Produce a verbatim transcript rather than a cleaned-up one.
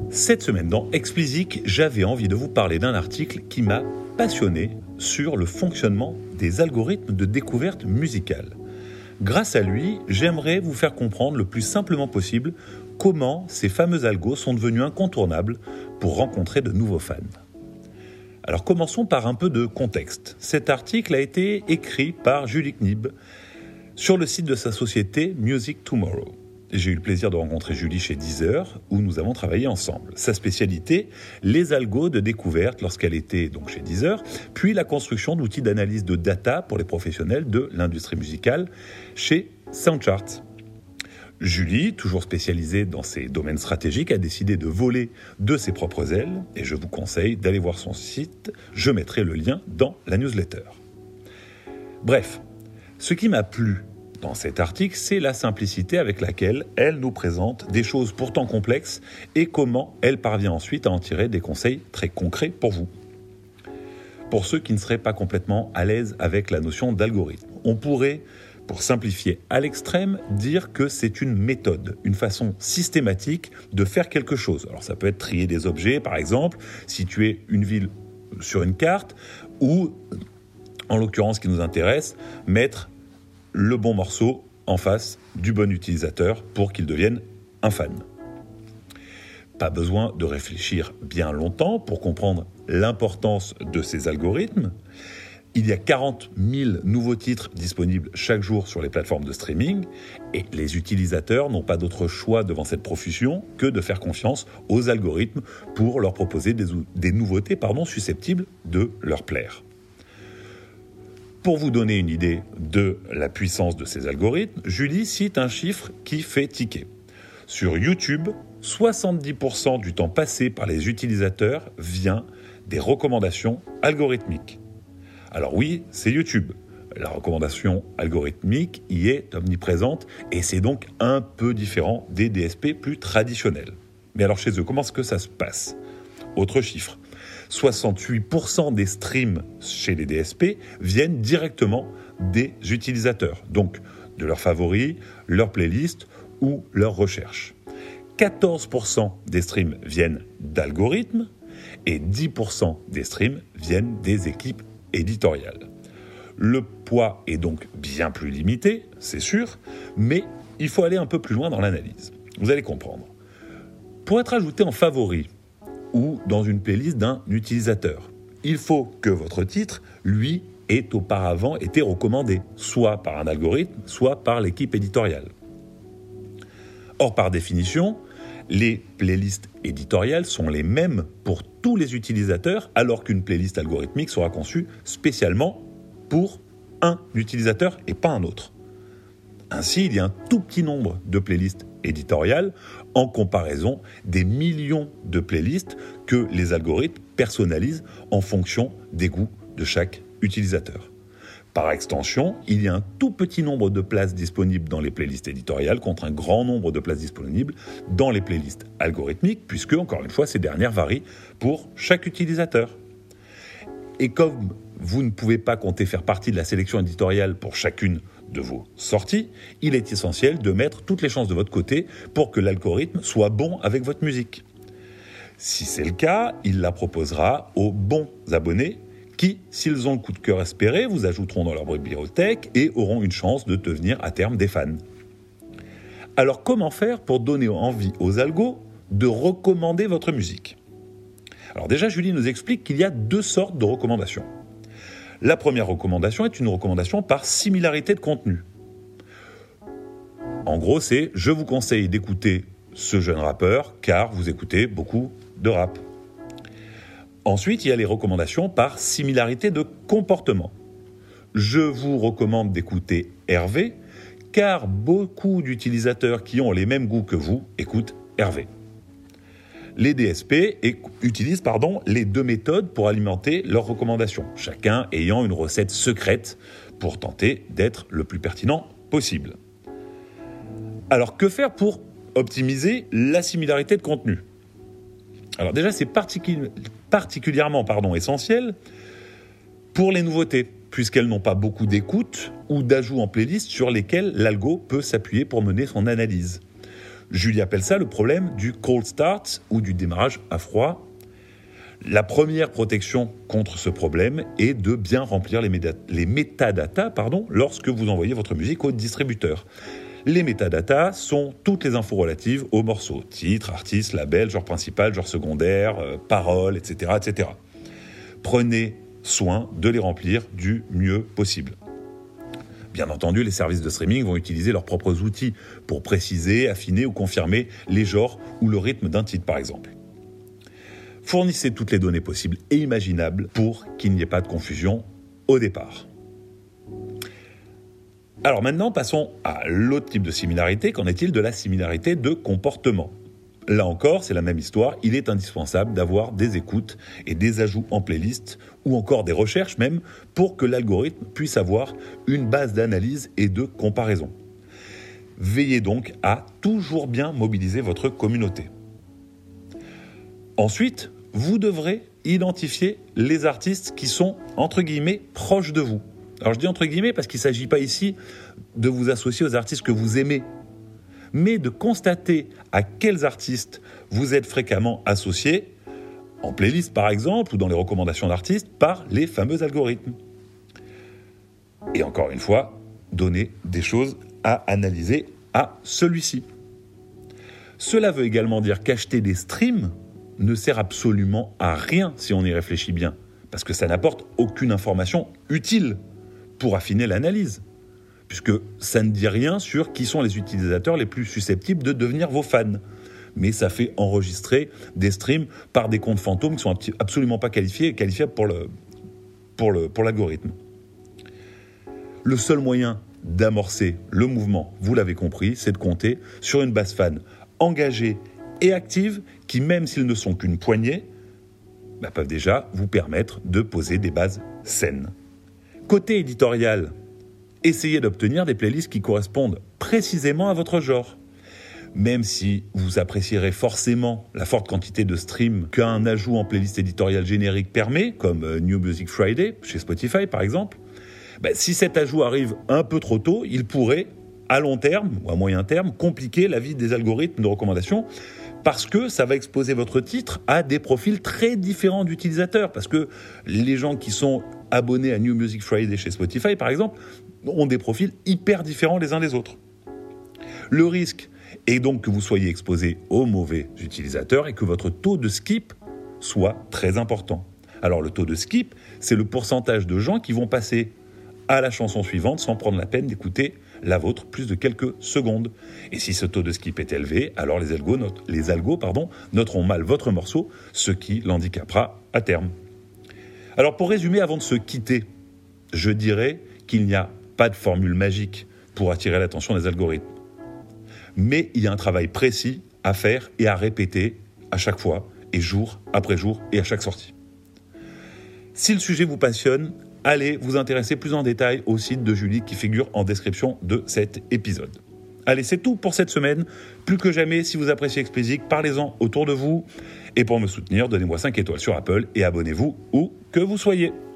Cette semaine dans Explicit, j'avais envie de vous parler d'un article qui m'a passionné sur le fonctionnement des algorithmes de découverte musicale. Grâce à lui, j'aimerais vous faire comprendre le plus simplement possible comment ces fameux algos sont devenus incontournables pour rencontrer de nouveaux fans. Alors commençons par un peu de contexte. Cet article a été écrit par Julie Knib sur le site de sa société Music Tomorrow. J'ai eu le plaisir de rencontrer Julie chez Deezer, où nous avons travaillé ensemble. Sa spécialité, les algos de découverte lorsqu'elle était donc chez Deezer, puis la construction d'outils d'analyse de data pour les professionnels de l'industrie musicale chez Soundchart. Julie, toujours spécialisée dans ces domaines stratégiques, a décidé de voler de ses propres ailes, et je vous conseille d'aller voir son site. Je mettrai le lien dans la newsletter. Bref, ce qui m'a plu dans cet article, c'est la simplicité avec laquelle elle nous présente des choses pourtant complexes et comment elle parvient ensuite à en tirer des conseils très concrets pour vous. Pour ceux qui ne seraient pas complètement à l'aise avec la notion d'algorithme, on pourrait, pour simplifier à l'extrême, dire que c'est une méthode, une façon systématique de faire quelque chose. Alors ça peut être trier des objets, par exemple, situer une ville sur une carte, ou, en l'occurrence, ce qui nous intéresse, mettre le bon morceau en face du bon utilisateur pour qu'il devienne un fan. Pas besoin de réfléchir bien longtemps pour comprendre l'importance de ces algorithmes. Il y a quarante mille nouveaux titres disponibles chaque jour sur les plateformes de streaming et les utilisateurs n'ont pas d'autre choix devant cette profusion que de faire confiance aux algorithmes pour leur proposer des, des nouveautés pardon, susceptibles de leur plaire. Pour vous donner une idée de la puissance de ces algorithmes, Julie cite un chiffre qui fait tiquer. Sur YouTube, soixante-dix pour cent du temps passé par les utilisateurs vient des recommandations algorithmiques. Alors oui, c'est YouTube. La recommandation algorithmique y est omniprésente et c'est donc un peu différent des D S P plus traditionnels. Mais alors chez eux, comment est-ce que ça se passe ? Autre chiffre. soixante-huit pour cent des streams chez les D S P viennent directement des utilisateurs, donc de leurs favoris, leurs playlists ou leurs recherches. quatorze pour cent des streams viennent d'algorithmes et dix pour cent des streams viennent des équipes éditoriales. Le poids est donc bien plus limité, c'est sûr, mais il faut aller un peu plus loin dans l'analyse. Vous allez comprendre. Pour être ajouté en favori, ou dans une playlist d'un utilisateur. Il faut que votre titre, lui, ait auparavant été recommandé, soit par un algorithme, soit par l'équipe éditoriale. Or, par définition, les playlists éditoriales sont les mêmes pour tous les utilisateurs, alors qu'une playlist algorithmique sera conçue spécialement pour un utilisateur et pas un autre. Ainsi, il y a un tout petit nombre de playlists éditoriales en comparaison des millions de playlists que les algorithmes personnalisent en fonction des goûts de chaque utilisateur. Par extension, il y a un tout petit nombre de places disponibles dans les playlists éditoriales contre un grand nombre de places disponibles dans les playlists algorithmiques, puisque, encore une fois, ces dernières varient pour chaque utilisateur. Et comme vous ne pouvez pas compter faire partie de la sélection éditoriale pour chacune de vos sorties, il est essentiel de mettre toutes les chances de votre côté pour que l'algorithme soit bon avec votre musique. Si c'est le cas, il la proposera aux bons abonnés qui, s'ils ont le coup de cœur espéré, vous ajouteront dans leur bibliothèque et auront une chance de devenir à terme des fans. Alors comment faire pour donner envie aux algos de recommander votre musique ? Alors déjà, Julie nous explique qu'il y a deux sortes de recommandations. La première recommandation est une recommandation par similarité de contenu. En gros, c'est « je vous conseille d'écouter ce jeune rappeur car vous écoutez beaucoup de rap ». Ensuite, il y a les recommandations par similarité de comportement. « Je vous recommande d'écouter Hervé car beaucoup d'utilisateurs qui ont les mêmes goûts que vous écoutent Hervé ». Les D S P utilisent pardon, les deux méthodes pour alimenter leurs recommandations, chacun ayant une recette secrète pour tenter d'être le plus pertinent possible. Alors, que faire pour optimiser la similarité de contenu ? Alors déjà, c'est particuli- particulièrement pardon, essentiel pour les nouveautés, puisqu'elles n'ont pas beaucoup d'écoute ou d'ajouts en playlist sur lesquels l'algo peut s'appuyer pour mener son analyse. Julie appelle ça le problème du cold start ou du démarrage à froid. La première protection contre ce problème est de bien remplir les, méda- les métadatas pardon, lorsque vous envoyez votre musique au distributeur. Les métadatas sont toutes les infos relatives au morceau. Titre, artiste, label, genre principal, genre secondaire, euh, paroles, et cetera, et cetera. Prenez soin de les remplir du mieux possible. Bien entendu, les services de streaming vont utiliser leurs propres outils pour préciser, affiner ou confirmer les genres ou le rythme d'un titre, par exemple. Fournissez toutes les données possibles et imaginables pour qu'il n'y ait pas de confusion au départ. Alors maintenant, passons à l'autre type de similarité. Qu'en est-il de la similarité de comportement ? Là encore, c'est la même histoire. Il est indispensable d'avoir des écoutes et des ajouts en playlist ou encore des recherches même pour que l'algorithme puisse avoir une base d'analyse et de comparaison. Veillez donc à toujours bien mobiliser votre communauté. Ensuite, vous devrez identifier les artistes qui sont, entre guillemets, proches de vous. Alors je dis entre guillemets parce qu'il ne s'agit pas ici de vous associer aux artistes que vous aimez, mais de constater à quels artistes vous êtes fréquemment associés, en playlist par exemple, ou dans les recommandations d'artistes, par les fameux algorithmes. Et encore une fois, donner des choses à analyser à celui-ci. Cela veut également dire qu'acheter des streams ne sert absolument à rien si on y réfléchit bien, parce que ça n'apporte aucune information utile pour affiner l'analyse, puisque ça ne dit rien sur qui sont les utilisateurs les plus susceptibles de devenir vos fans. Mais ça fait enregistrer des streams par des comptes fantômes qui ne sont absolument pas qualifiés et qualifiables pour, le, pour, le, pour l'algorithme. Le seul moyen d'amorcer le mouvement, vous l'avez compris, c'est de compter sur une base fan engagée et active qui, même s'ils ne sont qu'une poignée, bah, peuvent déjà vous permettre de poser des bases saines. Côté éditorial, essayez d'obtenir des playlists qui correspondent précisément à votre genre. Même si vous apprécierez forcément la forte quantité de streams qu'un ajout en playlist éditoriale générique permet, comme New Music Friday chez Spotify par exemple, bah, si cet ajout arrive un peu trop tôt, il pourrait, à long terme ou à moyen terme, compliquer la vie des algorithmes de recommandation, parce que ça va exposer votre titre à des profils très différents d'utilisateurs. Parce que les gens qui sont abonnés à New Music Friday chez Spotify, par exemple, ont des profils hyper différents les uns des autres. Le risque est donc que vous soyez exposé aux mauvais utilisateurs et que votre taux de skip soit très important. Alors le taux de skip, c'est le pourcentage de gens qui vont passer à la chanson suivante sans prendre la peine d'écouter la vôtre plus de quelques secondes. Et si ce taux de skip est élevé, alors les algos, not- les algos pardon, noteront mal votre morceau, ce qui l'handicapera à terme. Alors pour résumer, avant de se quitter, je dirais qu'il n'y a pas de formule magique pour attirer l'attention des algorithmes. Mais il y a un travail précis à faire et à répéter à chaque fois, et jour après jour, et à chaque sortie. Si le sujet vous passionne, allez vous intéresser plus en détail au site de Julie qui figure en description de cet épisode. Allez, c'est tout pour cette semaine. Plus que jamais, si vous appréciez Explicit, parlez-en autour de vous. Et pour me soutenir, donnez-moi cinq étoiles sur Apple et abonnez-vous où que vous soyez.